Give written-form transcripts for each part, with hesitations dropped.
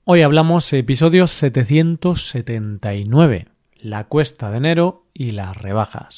Hoy hablamos episodio 779, la cuesta de enero y las rebajas.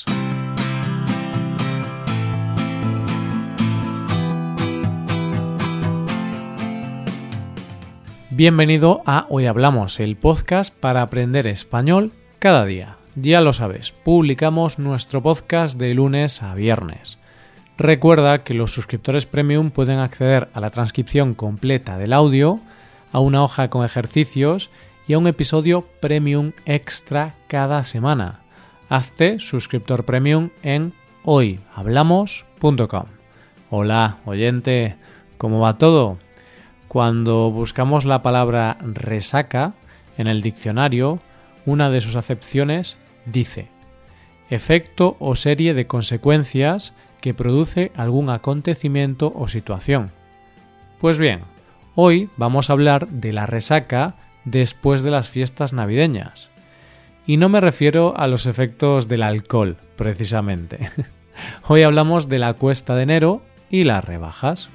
Bienvenido a Hoy Hablamos, el podcast para aprender español cada día. Ya lo sabes, publicamos nuestro podcast de lunes a viernes. Recuerda que los suscriptores premium pueden acceder a la transcripción completa del audio, a una hoja con ejercicios y a un episodio premium extra cada semana. Hazte suscriptor premium en hoyhablamos.com. Hola, oyente, ¿cómo va todo? Cuando buscamos la palabra resaca en el diccionario, una de sus acepciones dice: efecto o serie de consecuencias que produce algún acontecimiento o situación. Pues bien, hoy vamos a hablar de la resaca después de las fiestas navideñas. Y no me refiero a los efectos del alcohol, precisamente. Hoy hablamos de la cuesta de enero y las rebajas.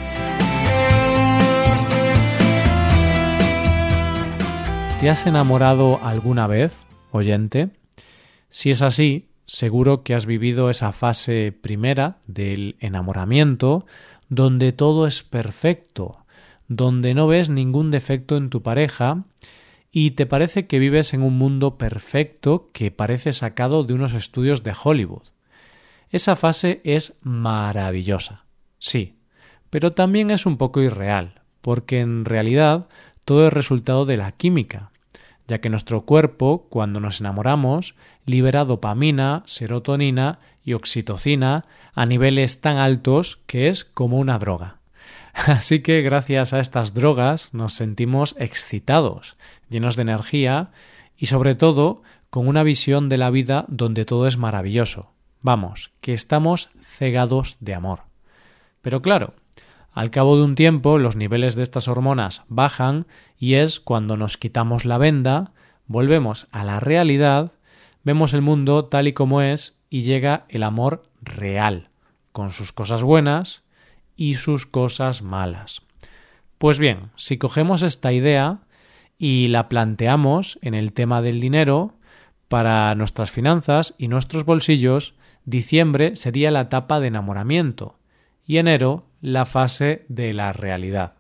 ¿Te has enamorado alguna vez, oyente? Si es así, seguro que has vivido esa fase primera del enamoramiento, donde todo es perfecto, donde no ves ningún defecto en tu pareja y te parece que vives en un mundo perfecto que parece sacado de unos estudios de Hollywood. Esa fase es maravillosa, sí, pero también es un poco irreal, porque en realidad todo es resultado de la química, ya que nuestro cuerpo, cuando nos enamoramos, libera dopamina, serotonina y oxitocina a niveles tan altos que es como una droga. Así que gracias a estas drogas nos sentimos excitados, llenos de energía y sobre todo con una visión de la vida donde todo es maravilloso. Vamos, que estamos cegados de amor. Pero claro, al cabo de un tiempo los niveles de estas hormonas bajan y es cuando nos quitamos la venda, volvemos a la realidad, vemos el mundo tal y como es y llega el amor real, con sus cosas buenas y sus cosas malas. Pues bien, si cogemos esta idea y la planteamos en el tema del dinero, para nuestras finanzas y nuestros bolsillos, diciembre sería la etapa de enamoramiento y enero la fase de la realidad.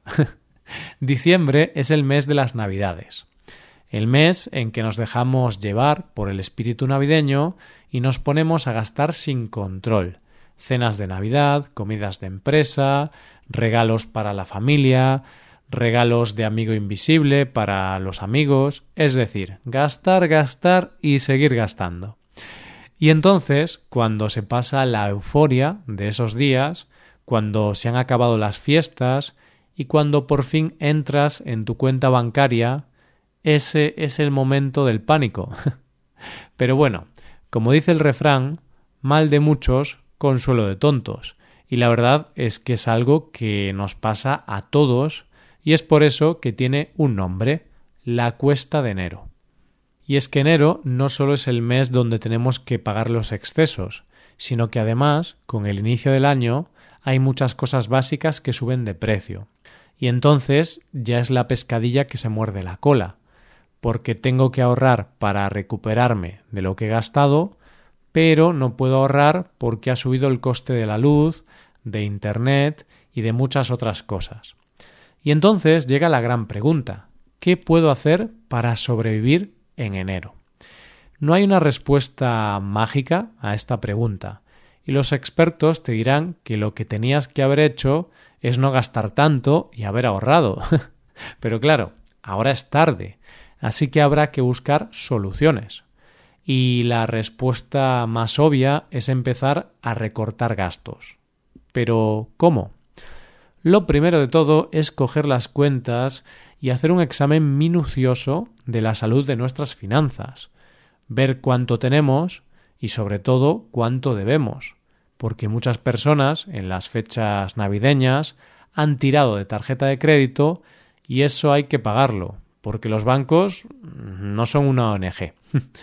Diciembre es el mes de las Navidades, el mes en que nos dejamos llevar por el espíritu navideño y nos ponemos a gastar sin control. Cenas de Navidad, comidas de empresa, regalos para la familia, regalos de amigo invisible para los amigos, es decir, gastar, gastar y seguir gastando. Y entonces, cuando se pasa la euforia de esos días, cuando se han acabado las fiestas y cuando por fin entras en tu cuenta bancaria, ese es el momento del pánico. Pero bueno, como dice el refrán, mal de muchos, consuelo de tontos. Y la verdad es que es algo que nos pasa a todos y es por eso que tiene un nombre, la cuesta de enero. Y es que enero no solo es el mes donde tenemos que pagar los excesos, sino que además, con el inicio del año, hay muchas cosas básicas que suben de precio. Y entonces ya es la pescadilla que se muerde la cola, porque tengo que ahorrar para recuperarme de lo que he gastado, pero no puedo ahorrar porque ha subido el coste de la luz, de internet y de muchas otras cosas. Y entonces llega la gran pregunta: ¿qué puedo hacer para sobrevivir en enero? No hay una respuesta mágica a esta pregunta, y los expertos te dirán que lo que tenías que haber hecho es no gastar tanto y haber ahorrado. Pero claro, ahora es tarde, así que habrá que buscar soluciones. Y la respuesta más obvia es empezar a recortar gastos. ¿Pero cómo? Lo primero de todo es coger las cuentas y hacer un examen minucioso de la salud de nuestras finanzas, ver cuánto tenemos y sobre todo cuánto debemos, porque muchas personas en las fechas navideñas han tirado de tarjeta de crédito y eso hay que pagarlo, porque los bancos no son una ONG.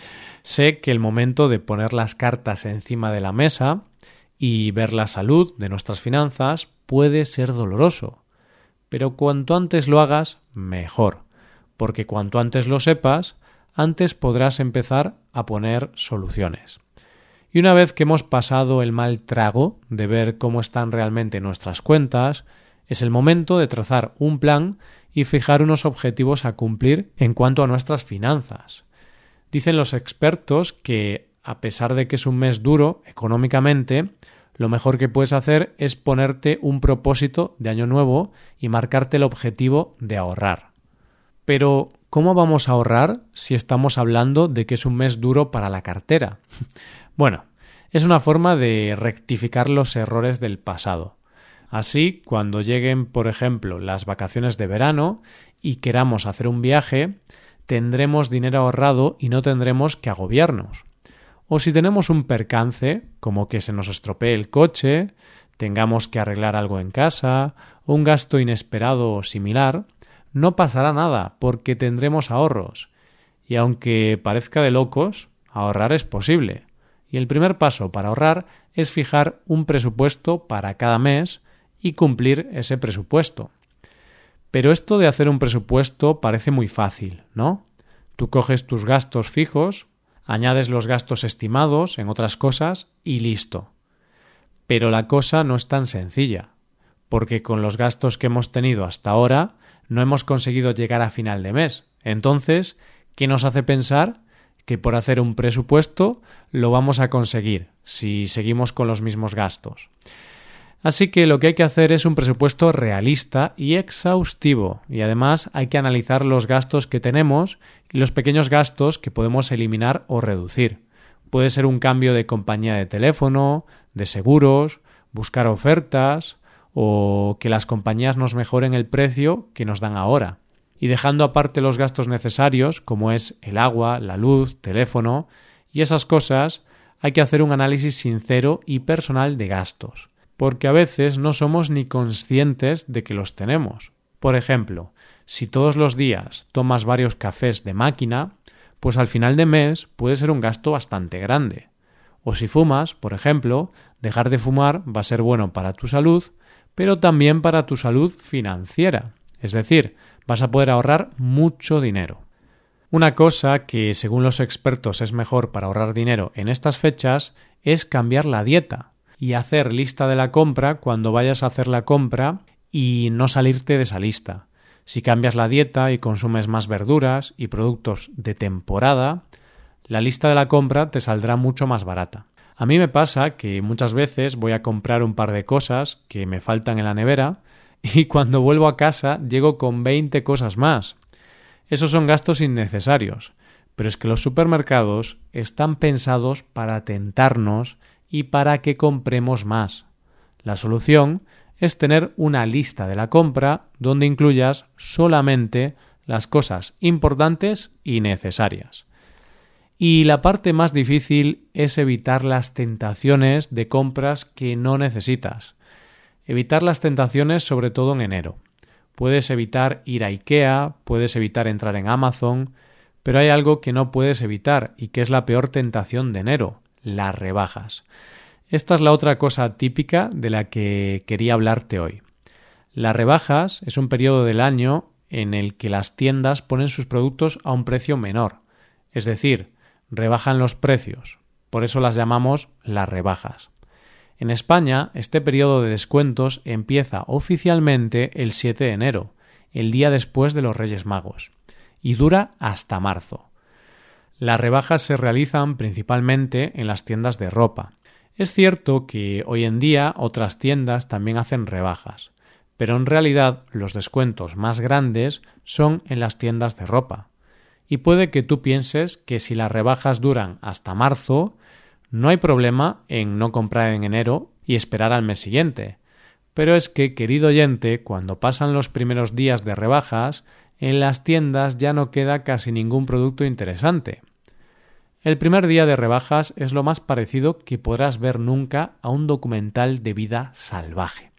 Sé que el momento de poner las cartas encima de la mesa y ver la salud de nuestras finanzas puede ser doloroso, pero cuanto antes lo hagas, mejor, porque cuanto antes lo sepas, antes podrás empezar a poner soluciones. Y una vez que hemos pasado el mal trago de ver cómo están realmente nuestras cuentas, es el momento de trazar un plan y fijar unos objetivos a cumplir en cuanto a nuestras finanzas. Dicen los expertos que, a pesar de que es un mes duro económicamente, lo mejor que puedes hacer es ponerte un propósito de año nuevo y marcarte el objetivo de ahorrar. Pero, ¿cómo vamos a ahorrar si estamos hablando de que es un mes duro para la cartera? Bueno, es una forma de rectificar los errores del pasado. Así, cuando lleguen, por ejemplo, las vacaciones de verano y queramos hacer un viaje, tendremos dinero ahorrado y no tendremos que agobiarnos. O si tenemos un percance, como que se nos estropee el coche, tengamos que arreglar algo en casa, o un gasto inesperado o similar, no pasará nada porque tendremos ahorros. Y aunque parezca de locos, ahorrar es posible. Y el primer paso para ahorrar es fijar un presupuesto para cada mes y cumplir ese presupuesto. Pero esto de hacer un presupuesto parece muy fácil, ¿no? Tú coges tus gastos fijos, añades los gastos estimados en otras cosas y listo. Pero la cosa no es tan sencilla, porque con los gastos que hemos tenido hasta ahora no hemos conseguido llegar a final de mes. Entonces, ¿qué nos hace pensar que por hacer un presupuesto lo vamos a conseguir si seguimos con los mismos gastos? Así que lo que hay que hacer es un presupuesto realista y exhaustivo, y además hay que analizar los gastos que tenemos y los pequeños gastos que podemos eliminar o reducir. Puede ser un cambio de compañía de teléfono, de seguros, buscar ofertas o que las compañías nos mejoren el precio que nos dan ahora. Y dejando aparte los gastos necesarios, como es el agua, la luz, teléfono y esas cosas, hay que hacer un análisis sincero y personal de gastos, porque a veces no somos ni conscientes de que los tenemos. Por ejemplo, si todos los días tomas varios cafés de máquina, pues al final de mes puede ser un gasto bastante grande. O si fumas, por ejemplo, dejar de fumar va a ser bueno para tu salud, pero también para tu salud financiera. Es decir, vas a poder ahorrar mucho dinero. Una cosa que, según los expertos, es mejor para ahorrar dinero en estas fechas es cambiar la dieta y hacer lista de la compra cuando vayas a hacer la compra y no salirte de esa lista. Si cambias la dieta y consumes más verduras y productos de temporada, la lista de la compra te saldrá mucho más barata. A mí me pasa que muchas veces voy a comprar un par de cosas que me faltan en la nevera y cuando vuelvo a casa llego con 20 cosas más. Esos son gastos innecesarios, pero es que los supermercados están pensados para tentarnos y para que compremos más. La solución es tener una lista de la compra donde incluyas solamente las cosas importantes y necesarias. Y la parte más difícil es evitar las tentaciones de compras que no necesitas. Evitar las tentaciones sobre todo en enero. Puedes evitar ir a IKEA, puedes evitar entrar en Amazon, pero hay algo que no puedes evitar y que es la peor tentación de enero: las rebajas. Esta es la otra cosa típica de la que quería hablarte hoy. Las rebajas es un periodo del año en el que las tiendas ponen sus productos a un precio menor, es decir, rebajan los precios. Por eso las llamamos las rebajas. En España, este periodo de descuentos empieza oficialmente el 7 de enero, el día después de los Reyes Magos, y dura hasta marzo. Las rebajas se realizan principalmente en las tiendas de ropa. Es cierto que hoy en día otras tiendas también hacen rebajas, pero en realidad los descuentos más grandes son en las tiendas de ropa. Y puede que tú pienses que si las rebajas duran hasta marzo, no hay problema en no comprar en enero y esperar al mes siguiente. Pero es que, querido oyente, cuando pasan los primeros días de rebajas, en las tiendas ya no queda casi ningún producto interesante. El primer día de rebajas es lo más parecido que podrás ver nunca a un documental de vida salvaje.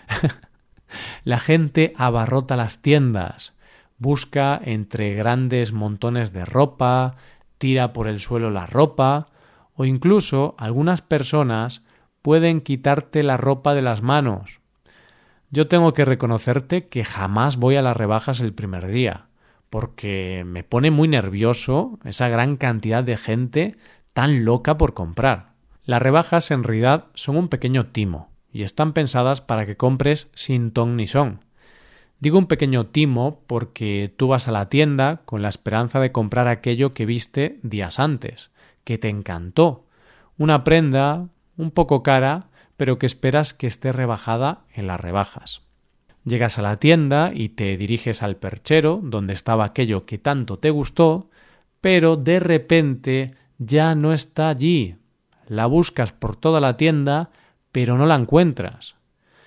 La gente abarrota las tiendas, busca entre grandes montones de ropa, tira por el suelo la ropa, o incluso algunas personas pueden quitarte la ropa de las manos. Yo tengo que reconocerte que jamás voy a las rebajas el primer día, porque me pone muy nervioso esa gran cantidad de gente tan loca por comprar. Las rebajas en realidad son un pequeño timo y están pensadas para que compres sin ton ni son. Digo un pequeño timo porque tú vas a la tienda con la esperanza de comprar aquello que viste días antes, que te encantó, una prenda un poco cara, pero que esperas que esté rebajada en las rebajas. Llegas a la tienda y te diriges al perchero donde estaba aquello que tanto te gustó, pero de repente ya no está allí. La buscas por toda la tienda, pero no la encuentras.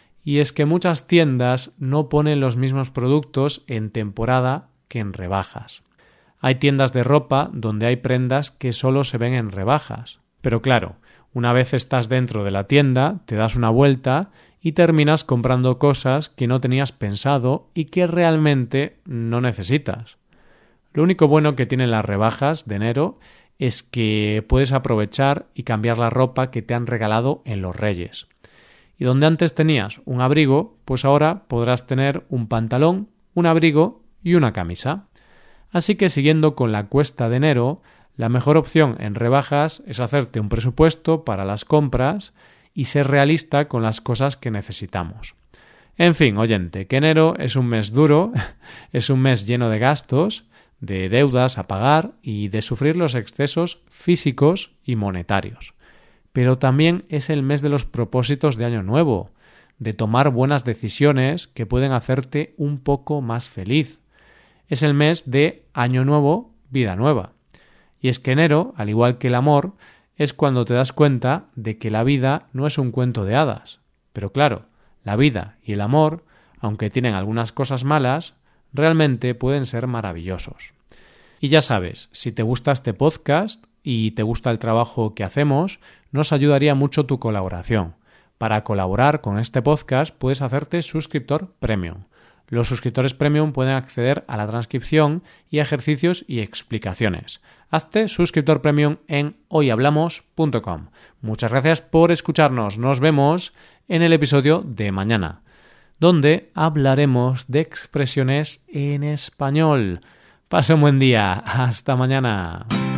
Y es que muchas tiendas no ponen los mismos productos en temporada que en rebajas. Hay tiendas de ropa donde hay prendas que solo se ven en rebajas. Pero claro, una vez estás dentro de la tienda, te das una vuelta y terminas comprando cosas que no tenías pensado y que realmente no necesitas. Lo único bueno que tienen las rebajas de enero es que puedes aprovechar y cambiar la ropa que te han regalado en los Reyes. Y donde antes tenías un abrigo, pues ahora podrás tener un pantalón, un abrigo y una camisa. Así que siguiendo con la cuesta de enero, la mejor opción en rebajas es hacerte un presupuesto para las compras y ser realista con las cosas que necesitamos. En fin, oyente, que enero es un mes duro, es un mes lleno de gastos, de deudas a pagar y de sufrir los excesos físicos y monetarios. Pero también es el mes de los propósitos de Año Nuevo, de tomar buenas decisiones que pueden hacerte un poco más feliz. Es el mes de Año Nuevo, Vida Nueva. Y es que enero, al igual que el amor, es cuando te das cuenta de que la vida no es un cuento de hadas. Pero claro, la vida y el amor, aunque tienen algunas cosas malas, realmente pueden ser maravillosos. Y ya sabes, si te gusta este podcast y te gusta el trabajo que hacemos, nos ayudaría mucho tu colaboración. Para colaborar con este podcast puedes hacerte suscriptor premium. Los suscriptores premium pueden acceder a la transcripción y ejercicios y explicaciones. Hazte suscriptor premium en hoyhablamos.com. Muchas gracias por escucharnos. Nos vemos en el episodio de mañana, donde hablaremos de expresiones en español. Pase un buen día. Hasta mañana.